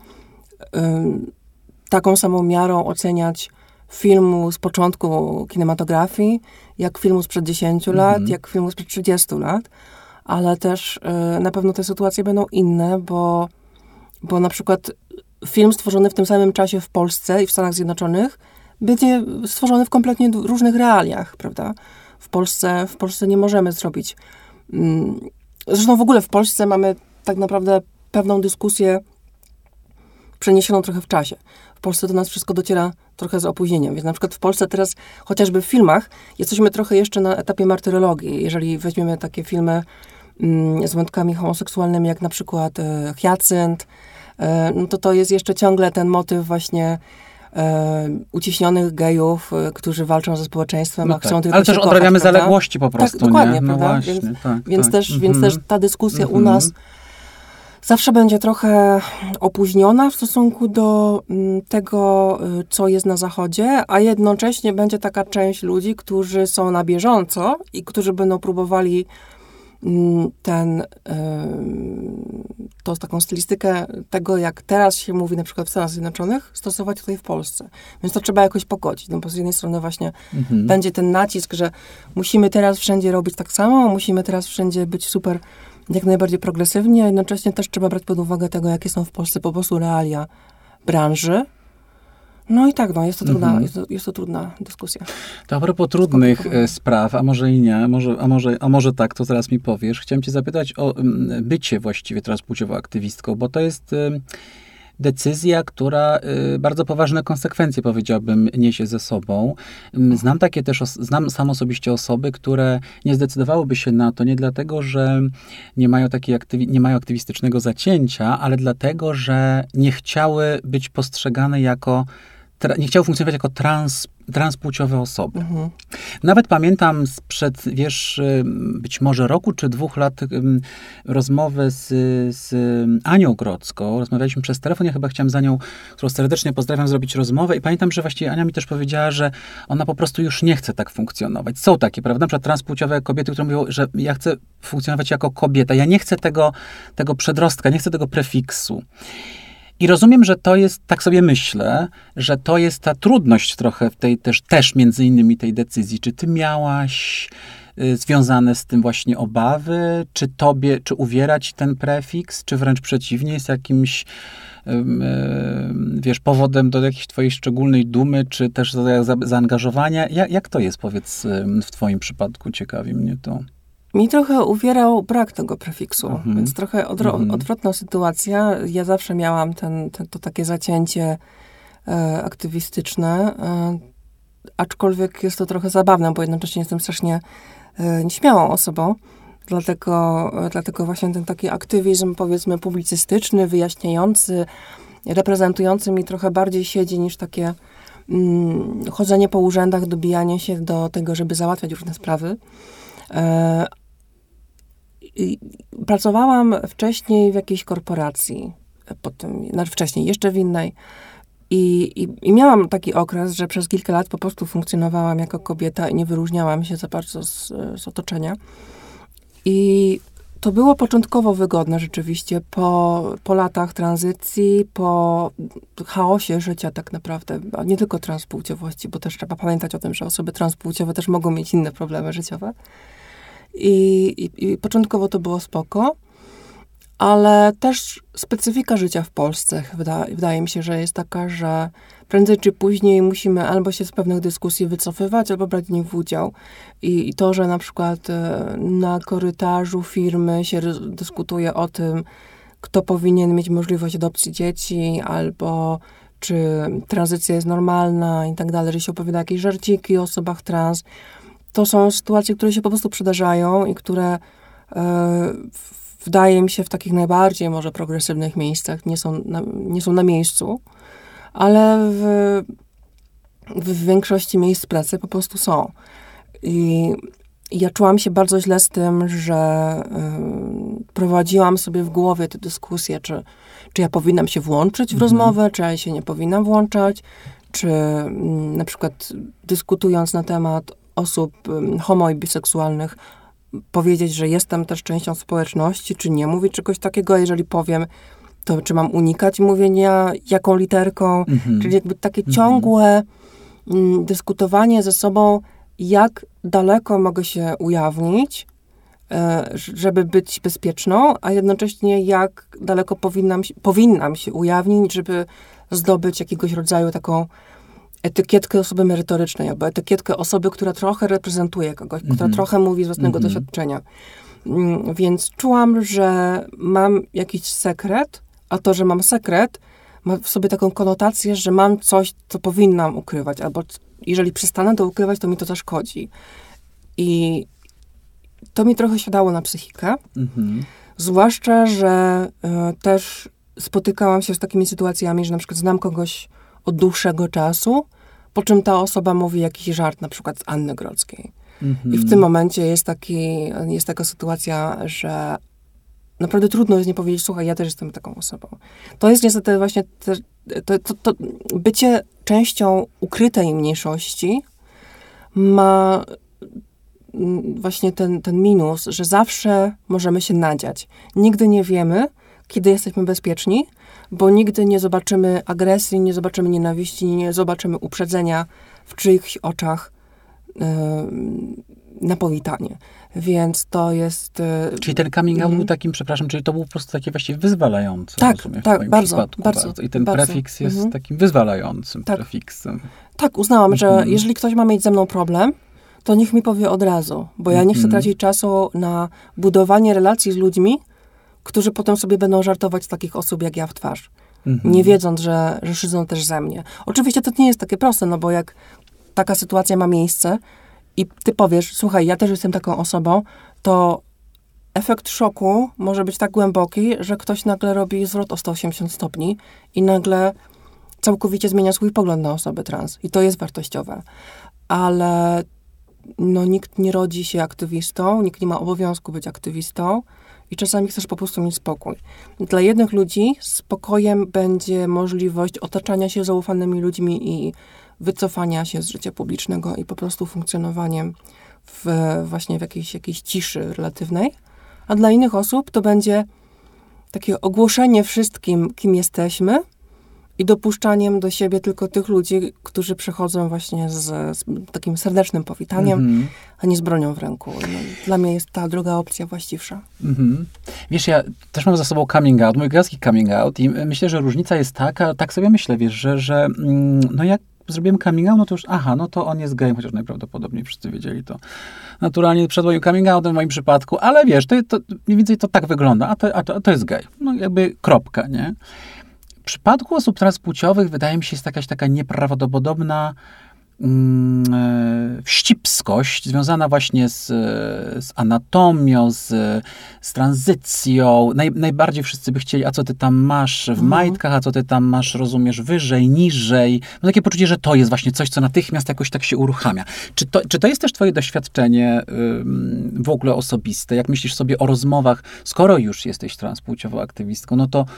taką samą miarą oceniać filmu z początku kinematografii, jak filmu sprzed 10 lat, jak filmu sprzed 30 lat, ale też na pewno te sytuacje będą inne, bo na przykład film stworzony w tym samym czasie w Polsce i w Stanach Zjednoczonych będzie stworzony w kompletnie różnych realiach, prawda? W Polsce nie możemy zrobić. Zresztą w ogóle w Polsce mamy tak naprawdę pewną dyskusję przeniesioną trochę w czasie. W Polsce do nas wszystko dociera trochę z opóźnieniem, więc na przykład w Polsce teraz, chociażby w filmach, jesteśmy trochę jeszcze na etapie martyrologii. Jeżeli weźmiemy takie filmy z wątkami homoseksualnymi, jak na przykład Hyacynt, no to jest jeszcze ciągle ten motyw właśnie uciśnionych gejów, którzy walczą ze społeczeństwem, a chcą tylko ale też się odrabiamy kochać, zaległości po prostu, tak, dokładnie, nie? No prawda? właśnie, Więc też ta dyskusja u nas zawsze będzie trochę opóźniona w stosunku do tego, co jest na Zachodzie, a jednocześnie będzie taka część ludzi, którzy są na bieżąco i którzy będą próbowali taką stylistykę tego, jak teraz się mówi na przykład w Stanach Zjednoczonych, stosować tutaj w Polsce. Więc to trzeba jakoś pogodzić. No bo z jednej strony właśnie będzie ten nacisk, że musimy teraz wszędzie robić tak samo, musimy teraz wszędzie być super jak najbardziej progresywnie, a jednocześnie też trzeba brać pod uwagę tego, jakie są w Polsce po prostu realia branży. No i tak, jest to trudna dyskusja. To a propos trudnych spraw, a może i nie, a może tak, to zaraz mi powiesz. Chciałem cię zapytać o bycie właściwie transpłciową aktywistką, bo to jest decyzja, która bardzo poważne konsekwencje, powiedziałbym, niesie ze sobą. Znam sam osobiście osoby, które nie zdecydowałyby się na to, nie dlatego, że nie mają aktywistycznego zacięcia, ale dlatego, że nie chciały być postrzegane nie chciały funkcjonować jako transpłciowe osoby. Nawet pamiętam sprzed, być może roku czy 2 lat rozmowę z Anią Grodzką. Rozmawialiśmy przez telefon, ja chyba chciałam z Anią, którą serdecznie pozdrawiam, zrobić rozmowę i pamiętam, że właściwie Ania mi też powiedziała, że ona po prostu już nie chce tak funkcjonować. Są takie, prawda, na przykład transpłciowe kobiety, które mówią, że ja chcę funkcjonować jako kobieta. Ja nie chcę tego przedrostka, nie chcę tego prefiksu. I rozumiem, że to jest, tak sobie myślę, że to jest ta trudność trochę w tej też między innymi tej decyzji. Czy ty miałaś związane z tym właśnie obawy? Czy uwierać ten prefiks? Czy wręcz przeciwnie, jest jakimś powodem do jakiejś twojej szczególnej dumy, czy też zaangażowania? Jak to jest, powiedz, w twoim przypadku? Ciekawi mnie to. Mi trochę uwierał brak tego prefiksu, więc trochę odwrotna sytuacja. Ja zawsze miałam to takie zacięcie aktywistyczne, aczkolwiek jest to trochę zabawne, bo jednocześnie jestem strasznie nieśmiałą osobą. Dlatego właśnie ten taki aktywizm, powiedzmy, publicystyczny, wyjaśniający, reprezentujący mi trochę bardziej siedzi niż takie chodzenie po urzędach, dobijanie się do tego, żeby załatwiać różne sprawy. Pracowałam wcześniej w jakiejś korporacji, wcześniej jeszcze w innej i miałam taki okres, że przez kilka lat po prostu funkcjonowałam jako kobieta i nie wyróżniałam się za bardzo z otoczenia. I to było początkowo wygodne rzeczywiście, po latach tranzycji, po chaosie życia tak naprawdę, a nie tylko transpłciowości, bo też trzeba pamiętać o tym, że osoby transpłciowe też mogą mieć inne problemy życiowe. I początkowo to było spoko, ale też specyfika życia w Polsce wydaje mi się, że jest taka, że prędzej czy później musimy albo się z pewnych dyskusji wycofywać, albo brać w nich udział. I to, że na przykład na korytarzu firmy się dyskutuje o tym, kto powinien mieć możliwość adopcji dzieci, albo czy tranzycja jest normalna i tak dalej, że się opowiada jakieś żarciki o osobach trans. To są sytuacje, które się po prostu przydarzają i które wydaje mi się w takich najbardziej może progresywnych miejscach nie są na miejscu, ale w większości miejsc pracy po prostu są. I ja czułam się bardzo źle z tym, że prowadziłam sobie w głowie tę dyskusję, czy ja powinnam się włączyć w rozmowę, czy ja się nie powinnam włączać, czy na przykład dyskutując na temat osób homo i biseksualnych, powiedzieć, że jestem też częścią społeczności, czy nie mówić czegoś takiego, a jeżeli powiem, to czy mam unikać mówienia jaką literką, czyli jakby takie ciągłe dyskutowanie ze sobą, jak daleko mogę się ujawnić, żeby być bezpieczną, a jednocześnie jak daleko powinnam się ujawnić, żeby zdobyć jakiegoś rodzaju taką etykietkę osoby merytorycznej, albo etykietkę osoby, która trochę reprezentuje kogoś, która trochę mówi z własnego doświadczenia. Więc czułam, że mam jakiś sekret, a to, że mam sekret, ma w sobie taką konotację, że mam coś, co powinnam ukrywać, albo jeżeli przestanę to ukrywać, to mi to zaszkodzi. I to mi trochę siadało na psychikę. Zwłaszcza, że też spotykałam się z takimi sytuacjami, że na przykład znam kogoś od dłuższego czasu, po czym ta osoba mówi jakiś żart, na przykład z Anny Grodzkiej. I w tym momencie jest taka sytuacja, że naprawdę trudno jest nie powiedzieć, słuchaj, ja też jestem taką osobą. To jest niestety właśnie to bycie częścią ukrytej mniejszości ma właśnie ten minus, że zawsze możemy się nadziać. Nigdy nie wiemy, kiedy jesteśmy bezpieczni, bo nigdy nie zobaczymy agresji, nie zobaczymy nienawiści, nie zobaczymy uprzedzenia w czyichś oczach na powitanie. Więc to jest... Czyli ten coming out był takim, przepraszam, czyli to był po prostu takie właściwie wyzwalające. Tak, rozumiem, tak, bardzo. I ten prefiks jest takim wyzwalającym prefiksem. Tak, uznałam, że jeżeli ktoś ma mieć ze mną problem, to niech mi powie od razu, bo ja nie chcę tracić czasu na budowanie relacji z ludźmi, którzy potem sobie będą żartować z takich osób jak ja w twarz. Nie wiedząc, że szydzą też ze mnie. Oczywiście to nie jest takie proste, no bo jak taka sytuacja ma miejsce i ty powiesz, słuchaj, ja też jestem taką osobą, to efekt szoku może być tak głęboki, że ktoś nagle robi zwrot o 180 stopni i nagle całkowicie zmienia swój pogląd na osobę trans. I to jest wartościowe. Ale no, nikt nie rodzi się aktywistą, nikt nie ma obowiązku być aktywistą i czasami chcesz po prostu mieć spokój. Dla jednych ludzi spokojem będzie możliwość otaczania się zaufanymi ludźmi i wycofania się z życia publicznego i po prostu funkcjonowaniem właśnie w jakiejś ciszy relatywnej. A dla innych osób to będzie takie ogłoszenie wszystkim, kim jesteśmy i dopuszczaniem do siebie tylko tych ludzi, którzy przychodzą właśnie z takim serdecznym powitaniem, a nie z bronią w ręku. No, dla mnie jest ta druga opcja właściwsza. Wiesz, ja też mam za sobą coming out, mój gejowski coming out i myślę, że różnica jest taka, tak sobie myślę, wiesz, że no jak zrobiłem coming out, no to już, no to on jest gejem, chociaż najprawdopodobniej wszyscy wiedzieli to naturalnie przed moim coming outem w moim przypadku, ale wiesz, to mniej więcej to tak wygląda, a to jest gej. No jakby kropka, nie? W przypadku osób transpłciowych wydaje mi się, jest jakaś taka nieprawdopodobna wścibskość związana właśnie z anatomią, z tranzycją. Najbardziej wszyscy by chcieli, a co ty tam masz w majtkach, a co ty tam masz, rozumiesz, wyżej, niżej. Mam takie poczucie, że to jest właśnie coś, co natychmiast jakoś tak się uruchamia. Czy to jest też twoje doświadczenie w ogóle osobiste? Jak myślisz sobie o rozmowach, skoro już jesteś transpłciową aktywistką, no to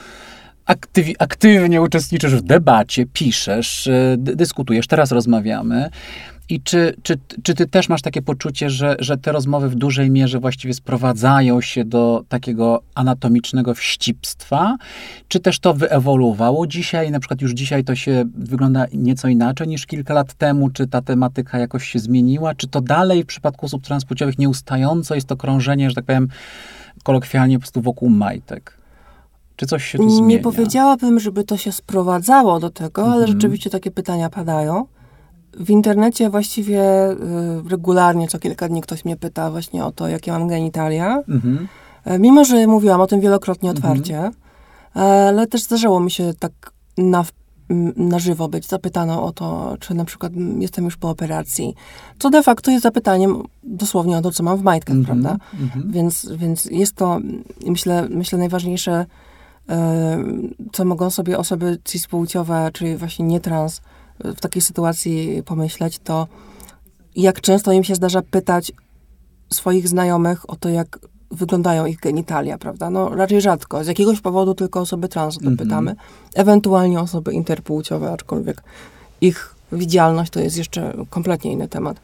aktywnie uczestniczysz w debacie, piszesz, dyskutujesz, teraz rozmawiamy. I czy ty też masz takie poczucie, że te rozmowy w dużej mierze właściwie sprowadzają się do takiego anatomicznego wścibstwa? Czy też to wyewoluowało dzisiaj? Na przykład już dzisiaj to się wygląda nieco inaczej niż kilka lat temu? Czy ta tematyka jakoś się zmieniła? Czy to dalej w przypadku osób transpłciowych nieustająco jest to krążenie, że tak powiem kolokwialnie po prostu wokół majtek? Czy coś się tu zmienia? Nie powiedziałabym, żeby to się sprowadzało do tego, ale rzeczywiście takie pytania padają. W internecie właściwie regularnie, co kilka dni ktoś mnie pyta właśnie o to, jakie mam genitalia. Mimo, że mówiłam o tym wielokrotnie otwarcie, ale też zdarzało mi się tak na żywo być zapytaną o to, czy na przykład jestem już po operacji. Co de facto jest zapytaniem dosłownie o to, co mam w majtkach, prawda? Więc jest to, myślę najważniejsze, co mogą sobie osoby cispłciowe, czyli właśnie nie trans, w takiej sytuacji pomyśleć, to jak często im się zdarza pytać swoich znajomych o to, jak wyglądają ich genitalia, prawda? No raczej rzadko. Z jakiegoś powodu tylko osoby trans o to pytamy. Ewentualnie osoby interpłciowe, aczkolwiek ich widzialność to jest jeszcze kompletnie inny temat.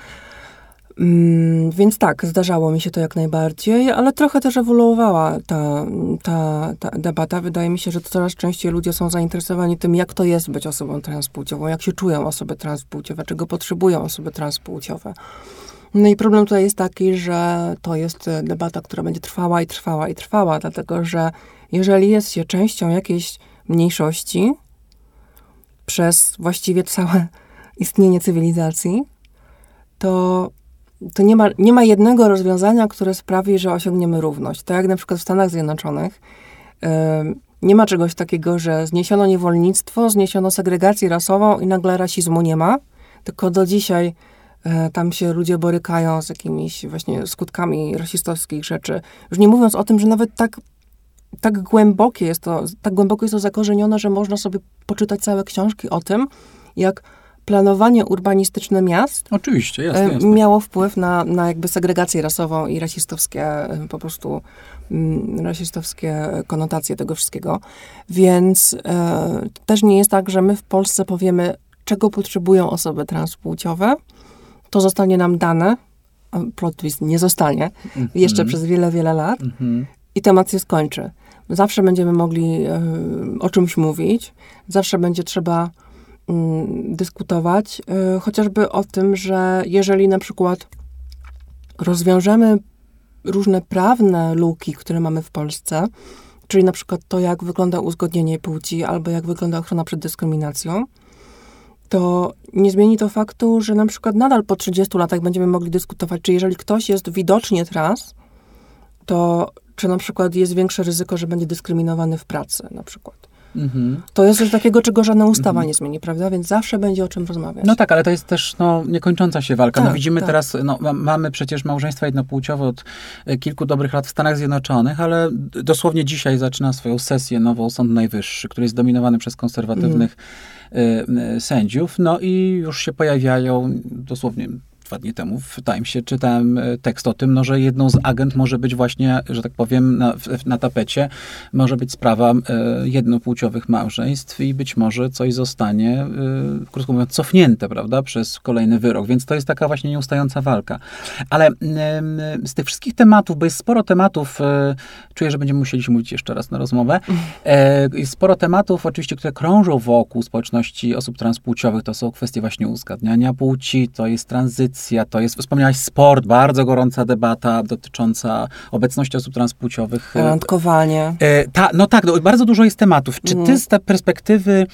Więc tak, zdarzało mi się to jak najbardziej, ale trochę też ewoluowała ta debata. Wydaje mi się, że coraz częściej ludzie są zainteresowani tym, jak to jest być osobą transpłciową, jak się czują osoby transpłciowe, czego potrzebują osoby transpłciowe. No i problem tutaj jest taki, że to jest debata, która będzie trwała i trwała i trwała, dlatego że jeżeli jest się częścią jakiejś mniejszości przez właściwie całe istnienie cywilizacji, to nie ma jednego rozwiązania, które sprawi, że osiągniemy równość. Tak jak na przykład w Stanach Zjednoczonych nie ma czegoś takiego, że zniesiono niewolnictwo, zniesiono segregację rasową i nagle rasizmu nie ma, tylko do dzisiaj tam się ludzie borykają z jakimiś właśnie skutkami rasistowskich rzeczy. Już nie mówiąc o tym, że nawet tak głęboko jest to zakorzenione, że można sobie poczytać całe książki o tym, jak planowanie urbanistyczne miast oczywiście, jasne. Miało wpływ na jakby segregację rasową i rasistowskie po prostu rasistowskie konotacje tego wszystkiego. Więc też nie jest tak, że my w Polsce powiemy, czego potrzebują osoby transpłciowe. To zostanie nam dane, a plot twist nie zostanie jeszcze przez wiele, wiele lat i temat się skończy. Zawsze będziemy mogli o czymś mówić, zawsze będzie trzeba dyskutować, chociażby o tym, że jeżeli na przykład rozwiążemy różne prawne luki, które mamy w Polsce, czyli na przykład to, jak wygląda uzgodnienie płci, albo jak wygląda ochrona przed dyskryminacją, to nie zmieni to faktu, że na przykład nadal po 30 latach będziemy mogli dyskutować, czy jeżeli ktoś jest widocznie trans, to czy na przykład jest większe ryzyko, że będzie dyskryminowany w pracy na przykład. To jest coś takiego, czego żadna ustawa nie zmieni, prawda? Więc zawsze będzie o czym rozmawiać. No tak, ale to jest też niekończąca się walka. Tak, widzimy teraz, mamy przecież małżeństwa jednopłciowe od kilku dobrych lat w Stanach Zjednoczonych, ale dosłownie dzisiaj zaczyna swoją sesję nową Sąd Najwyższy, który jest dominowany przez konserwatywnych sędziów. No i już się pojawiają dosłownie 2 dni temu w Timesie czytałem tekst o tym, że jedną z agent może być właśnie, że tak powiem, na tapecie może być sprawa jednopłciowych małżeństw i być może coś zostanie, krótko mówiąc, cofnięte, prawda, przez kolejny wyrok. Więc to jest taka właśnie nieustająca walka. Ale z tych wszystkich tematów, bo jest sporo tematów, czuję, że będziemy musieli się mówić jeszcze raz na rozmowę, jest sporo tematów oczywiście, które krążą wokół społeczności osób transpłciowych. To są kwestie właśnie uzgadniania płci, to jest tranzycja, to jest, wspomniałaś, sport, bardzo gorąca debata dotycząca obecności osób transpłciowych. Randkowanie. Bardzo dużo jest tematów. Czy ty z tej perspektywy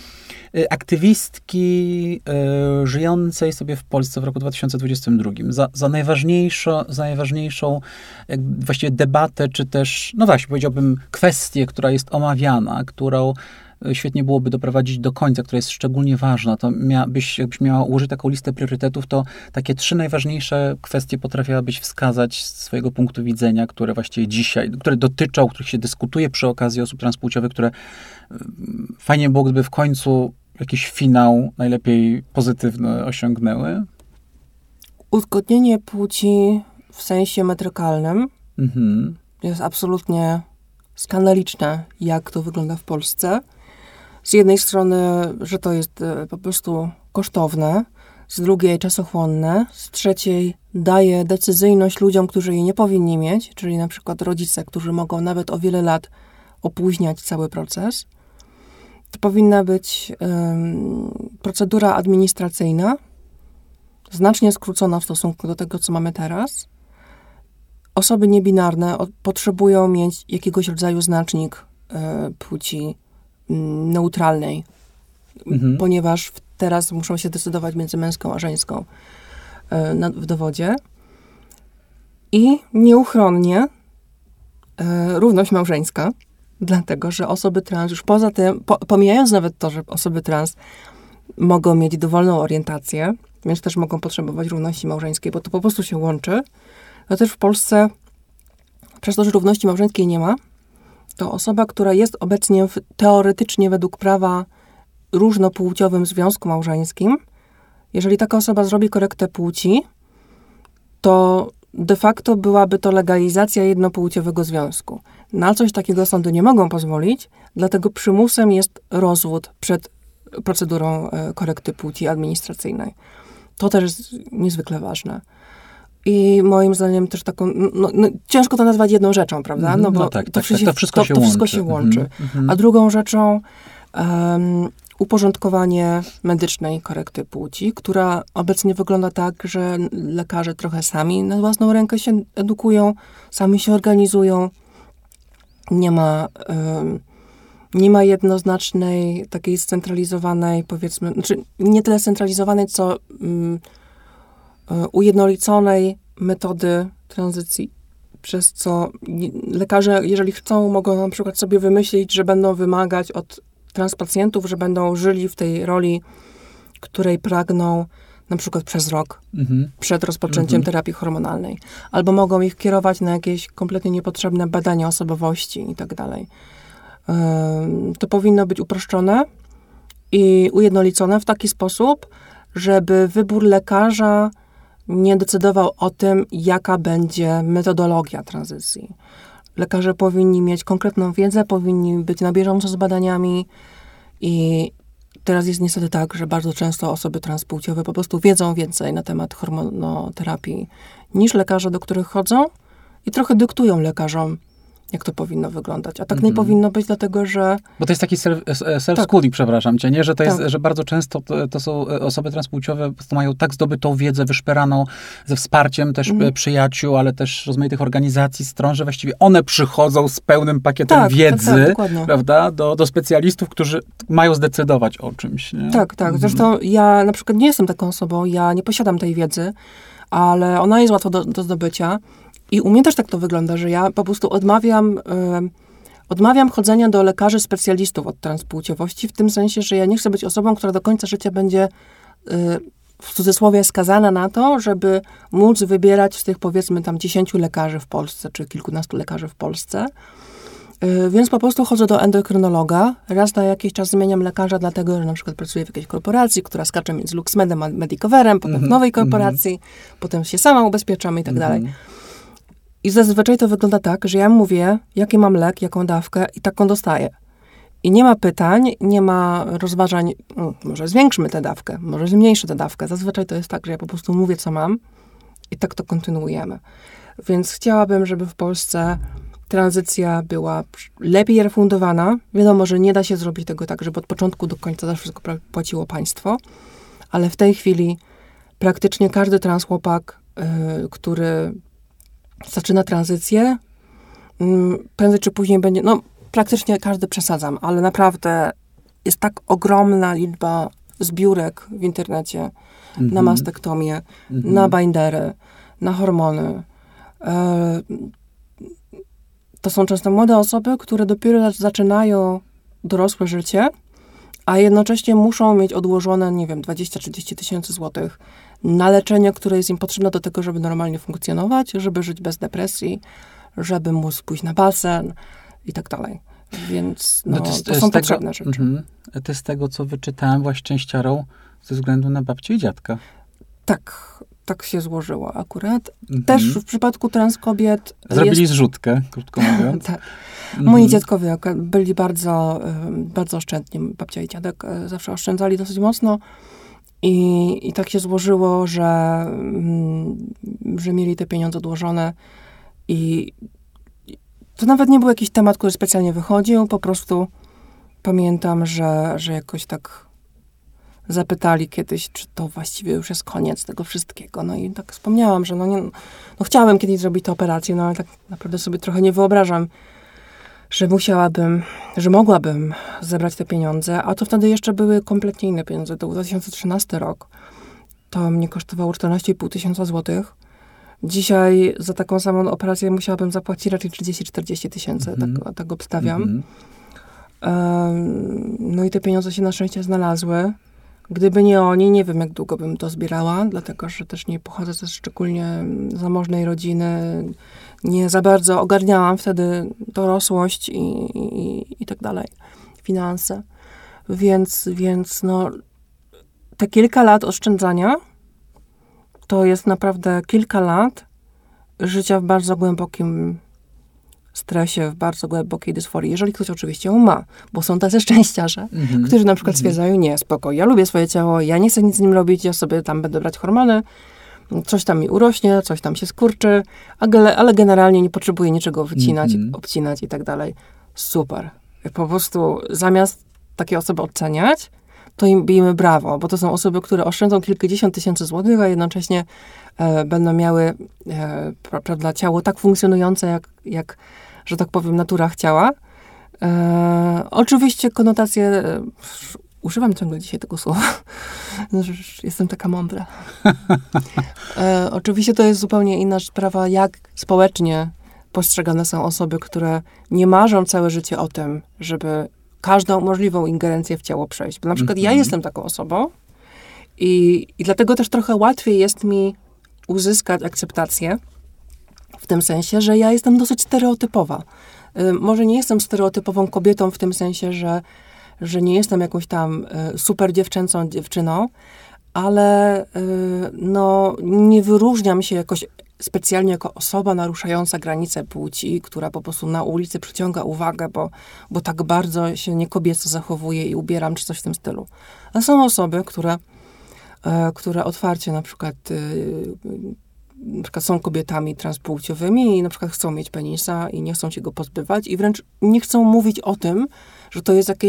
aktywistki żyjącej sobie w Polsce w roku 2022 za najważniejszą właściwie debatę, czy też, powiedziałbym, kwestię, która jest omawiana, którą świetnie byłoby doprowadzić do końca, która jest szczególnie ważna, to jakbyś miała ułożyć taką listę priorytetów, to takie 3 najważniejsze kwestie potrafiłabyś wskazać z swojego punktu widzenia, które właściwie dzisiaj, które dotyczą, o których się dyskutuje przy okazji osób transpłciowych, które fajnie było, gdyby w końcu jakiś finał, najlepiej pozytywny, osiągnęły? Uzgodnienie płci w sensie metrykalnym jest absolutnie skandaliczne, jak to wygląda w Polsce. Z jednej strony, że to jest po prostu kosztowne, z drugiej czasochłonne, z trzeciej daje decyzyjność ludziom, którzy jej nie powinni mieć, czyli na przykład rodzice, którzy mogą nawet o wiele lat opóźniać cały proces. To powinna być procedura administracyjna, znacznie skrócona w stosunku do tego, co mamy teraz. Osoby niebinarne potrzebują mieć jakiegoś rodzaju znacznik płci neutralnej, ponieważ teraz muszą się decydować między męską a żeńską w dowodzie. I nieuchronnie równość małżeńska, dlatego że osoby trans, już poza tym, pomijając nawet to, że osoby trans mogą mieć dowolną orientację, więc też mogą potrzebować równości małżeńskiej, bo to po prostu się łączy, to też w Polsce, przez to, że równości małżeńskiej nie ma, to osoba, która jest obecnie teoretycznie według prawa różnopłciowym związku małżeńskim, jeżeli taka osoba zrobi korektę płci, to de facto byłaby to legalizacja jednopłciowego związku. Na coś takiego sądy nie mogą pozwolić, dlatego przymusem jest rozwód przed procedurą korekty płci administracyjnej. To też jest niezwykle ważne. I moim zdaniem też taką, ciężko to nazwać jedną rzeczą, prawda? No bo to wszystko się łączy. A drugą rzeczą uporządkowanie medycznej korekty płci, która obecnie wygląda tak, że lekarze trochę sami na własną rękę się edukują, sami się organizują. Nie ma jednoznacznej, takiej scentralizowanej, powiedzmy, znaczy nie tyle scentralizowanej, co ujednoliconej metody tranzycji, przez co lekarze, jeżeli chcą, mogą na przykład sobie wymyślić, że będą wymagać od transpacjentów, że będą żyli w tej roli, której pragną na przykład przez rok przed rozpoczęciem terapii hormonalnej. Albo mogą ich kierować na jakieś kompletnie niepotrzebne badania osobowości i tak dalej. To powinno być uproszczone i ujednolicone w taki sposób, żeby wybór lekarza nie decydował o tym, jaka będzie metodologia tranzycji. Lekarze powinni mieć konkretną wiedzę, powinni być na bieżąco z badaniami i teraz jest niestety tak, że bardzo często osoby transpłciowe po prostu wiedzą więcej na temat hormonoterapii niż lekarze, do których chodzą i trochę dyktują lekarzom, jak to powinno wyglądać. A tak nie powinno być, dlatego że... Bo to jest taki self-schooling, przepraszam cię, nie? Że to jest, że bardzo często to są osoby transpłciowe, po prostu mają tak zdobytą wiedzę, wyszperaną ze wsparciem też przyjaciół, ale też rozmaitych organizacji, stron, że właściwie one przychodzą z pełnym pakietem wiedzy, prawda? Do specjalistów, którzy mają zdecydować o czymś, nie? Tak. Zresztą ja na przykład nie jestem taką osobą, ja nie posiadam tej wiedzy, ale ona jest łatwa do zdobycia. I u mnie też tak to wygląda, że ja po prostu odmawiam chodzenia do lekarzy specjalistów od transpłciowości, w tym sensie, że ja nie chcę być osobą, która do końca życia będzie w cudzysłowie skazana na to, żeby móc wybierać z tych, powiedzmy, tam 10 lekarzy w Polsce, czy kilkunastu lekarzy w Polsce. Więc po prostu chodzę do endokrynologa. Raz na jakiś czas zmieniam lekarza, dlatego, że na przykład pracuję w jakiejś korporacji, która skacze między LuxMedem a Medicoverem, potem w nowej korporacji, potem się sama ubezpieczam i tak dalej. I zazwyczaj to wygląda tak, że ja mówię, jaki mam lek, jaką dawkę i taką dostaję. I nie ma pytań, nie ma rozważań, może zwiększmy tę dawkę, może zmniejszę tę dawkę. Zazwyczaj to jest tak, że ja po prostu mówię, co mam i tak to kontynuujemy. Więc chciałabym, żeby w Polsce tranzycja była lepiej refundowana. Wiadomo, że nie da się zrobić tego tak, żeby od początku do końca zawsze wszystko płaciło państwo, ale w tej chwili praktycznie każdy trans chłopak, który zaczyna tranzycję, prędzej czy później będzie, praktycznie każdy przesadzam, ale naprawdę jest tak ogromna liczba zbiórek w internecie na mastektomię, na bindery, na hormony. To są często młode osoby, które dopiero zaczynają dorosłe życie, a jednocześnie muszą mieć odłożone, 20-30 tysięcy złotych na leczenie, które jest im potrzebne do tego, żeby normalnie funkcjonować, żeby żyć bez depresji, żeby móc pójść na basen i tak dalej. Więc to są potrzebne rzeczy. To z tego, co wyczytałem, właśnie częściarą ze względu na babcię i dziadka. Tak się złożyło akurat. Też w przypadku trans kobiet zrobili zrzutkę, krótko mówiąc. Tak. Moi dziadkowie byli bardzo, bardzo oszczędni. Babcia i dziadek zawsze oszczędzali dosyć mocno I tak się złożyło, że mieli te pieniądze odłożone i to nawet nie był jakiś temat, który specjalnie wychodził, po prostu pamiętam, że jakoś tak zapytali kiedyś, czy to właściwie już jest koniec tego wszystkiego. No i tak wspomniałam, że chciałem kiedyś zrobić tę operację, no ale tak naprawdę sobie trochę nie wyobrażam, że mogłabym zebrać te pieniądze, a to wtedy jeszcze były kompletnie inne pieniądze. To był 2013 rok. To mnie kosztowało 14,5 tysiąca złotych. Dzisiaj za taką samą operację musiałabym zapłacić raczej 30-40 tysięcy, tak obstawiam. No i te pieniądze się na szczęście znalazły. Gdyby nie oni, nie wiem, jak długo bym to zbierała, dlatego, że też nie pochodzę ze szczególnie zamożnej rodziny. Nie za bardzo ogarniałam wtedy dorosłość i tak dalej, finanse. Więc te kilka lat oszczędzania to jest naprawdę kilka lat życia w bardzo głębokim stresie, w bardzo głębokiej dysforii. Jeżeli ktoś oczywiście ją ma, bo są tacy szczęściarze, którzy na przykład stwierdzają, nie, spoko, ja lubię swoje ciało, ja nie chcę nic z nim robić, ja sobie tam będę brać hormony, coś tam mi urośnie, coś tam się skurczy, ale generalnie nie potrzebuję niczego wycinać, obcinać i tak dalej. Super. Po prostu zamiast takie osoby oceniać, to im bijmy brawo, bo to są osoby, które oszczędzą kilkadziesiąt tysięcy złotych, a jednocześnie będą miały prawda, ciało tak funkcjonujące, jak że tak powiem, natura chciała. Oczywiście konotacje, używam ciągle dzisiaj tego słowa, jestem taka mądra. Oczywiście to jest zupełnie inna sprawa, jak społecznie postrzegane są osoby, które nie marzą całe życie o tym, żeby każdą możliwą ingerencję w ciało przejść. Bo na przykład ja jestem taką osobą i dlatego też trochę łatwiej jest mi uzyskać akceptację w tym sensie, że ja jestem dosyć stereotypowa. Może nie jestem stereotypową kobietą w tym sensie, że nie jestem jakąś tam super dziewczęcą dziewczyną, ale nie wyróżniam się jakoś specjalnie jako osoba naruszająca granice płci, która po prostu na ulicy przyciąga uwagę, bo tak bardzo się niekobieco zachowuje i ubieram, czy coś w tym stylu. A są osoby, które otwarcie na przykład są kobietami transpłciowymi i na przykład chcą mieć penisa i nie chcą się go pozbywać i wręcz nie chcą mówić o tym, że to jest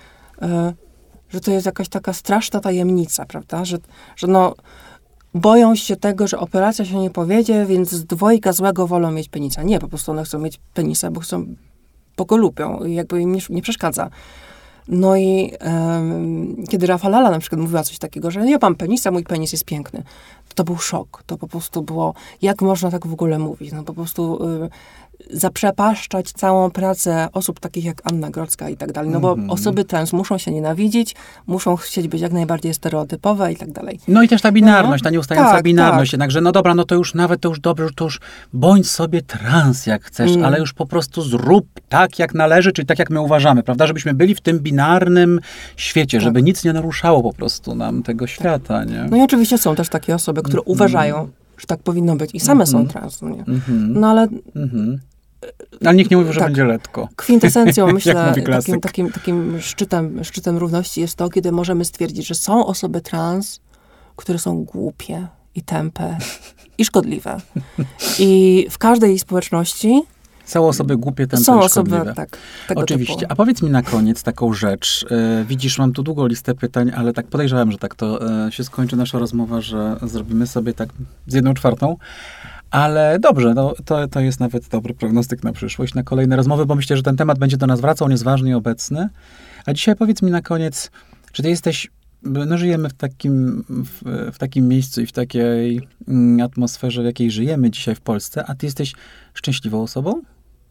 jakaś taka straszna tajemnica, prawda? Że boją się tego, że operacja się nie powiedzie, więc z dwojga złego wolą mieć penisa. Nie, po prostu one chcą mieć penisa, bo go lubią i jakby im nie przeszkadza. No i kiedy Rafa Lala na przykład mówiła coś takiego, że ja mam penisa, mój penis jest piękny, to był szok. To po prostu było, jak można tak w ogóle mówić? No po prostu zaprzepaszczać całą pracę osób takich jak Anna Grodzka i tak dalej. No bo osoby trans muszą się nienawidzić, muszą chcieć być jak najbardziej stereotypowe i tak dalej. No i też ta binarność, ta nieustająca binarność. Jednakże, no dobra, no to już nawet, to już dobrze, to już bądź sobie trans jak chcesz, ale już po prostu zrób tak, jak należy, czyli tak, jak my uważamy, prawda? Żebyśmy byli w tym binarnym świecie, żeby nic nie naruszało po prostu nam tego świata, nie? No i oczywiście są też takie osoby, które uważają, że tak powinno być i same są trans, no nie? No ale... Ale nikt nie mówi, że będzie letko. Kwintesencją, myślę, takim szczytem równości jest to, kiedy możemy stwierdzić, że są osoby trans, które są głupie i tępe i szkodliwe. I w każdej społeczności są osoby głupie, tępe są i osoby, szkodliwe. tak, tego Oczywiście. typu. A powiedz mi na koniec taką rzecz. Widzisz, mam tu długą listę pytań, ale tak podejrzewam, że tak to się skończy nasza rozmowa, że zrobimy sobie tak z 1/4. Ale dobrze, no, to jest nawet dobry prognostyk na przyszłość, na kolejne rozmowy, bo myślę, że ten temat będzie do nas wracał, on jest ważny i obecny. A dzisiaj powiedz mi na koniec, czy ty jesteś, no żyjemy w takim miejscu i w takiej atmosferze, w jakiej żyjemy dzisiaj w Polsce, a ty jesteś szczęśliwą osobą?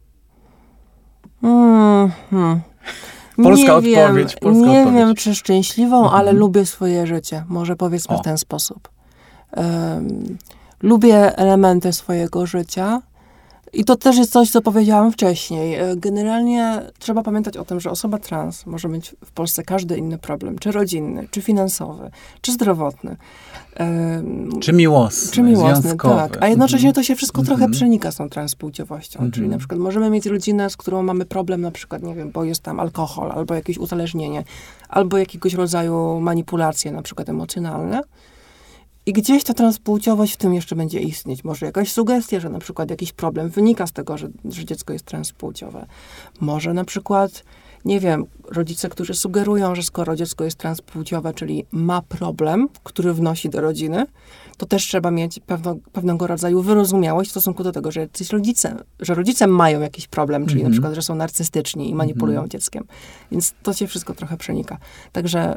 Polska odpowiedź. Nie wiem, czy szczęśliwą, ale lubię swoje życie. Może powiedzmy w ten sposób. Lubię elementy swojego życia. I to też jest coś, co powiedziałam wcześniej. Generalnie trzeba pamiętać o tym, że osoba trans może mieć w Polsce każdy inny problem, czy rodzinny, czy finansowy, czy zdrowotny. Czy miłosny, związkowy. Tak. A jednocześnie to się wszystko trochę przenika z tą transpłciowością. Czyli na przykład możemy mieć rodzinę, z którą mamy problem, na przykład, nie wiem, bo jest tam alkohol, albo jakieś uzależnienie, albo jakiegoś rodzaju manipulacje, na przykład emocjonalne. I gdzieś ta transpłciowość w tym jeszcze będzie istnieć. Może jakaś sugestia, że na przykład jakiś problem wynika z tego, że dziecko jest transpłciowe. Może na przykład, nie wiem, rodzice, którzy sugerują, że skoro dziecko jest transpłciowe, czyli ma problem, który wnosi do rodziny, to też trzeba mieć pewnego rodzaju wyrozumiałość w stosunku do tego, że rodzice mają jakiś problem, czyli na przykład, że są narcystyczni i manipulują dzieckiem. Więc to się wszystko trochę przenika. Także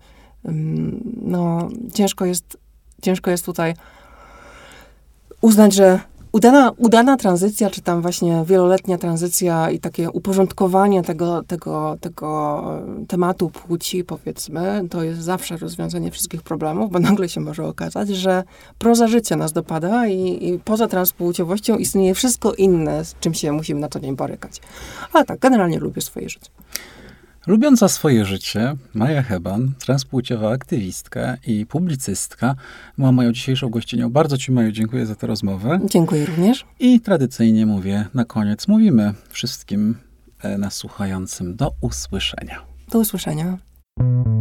ciężko jest tutaj uznać, że udana tranzycja, czy tam właśnie wieloletnia tranzycja i takie uporządkowanie tego tematu płci, powiedzmy, to jest zawsze rozwiązanie wszystkich problemów, bo nagle się może okazać, że proza życia nas dopada i poza transpłciowością istnieje wszystko inne, z czym się musimy na co dzień borykać. Ale tak, generalnie lubię swoje życie. Lubiąca swoje życie, Maja Heban, transpłciowa aktywistka i publicystka, była moją dzisiejszą gościnią. Bardzo ci, Maju, dziękuję za tę rozmowę. Dziękuję również. I tradycyjnie mówimy wszystkim nas słuchającym do usłyszenia. Do usłyszenia.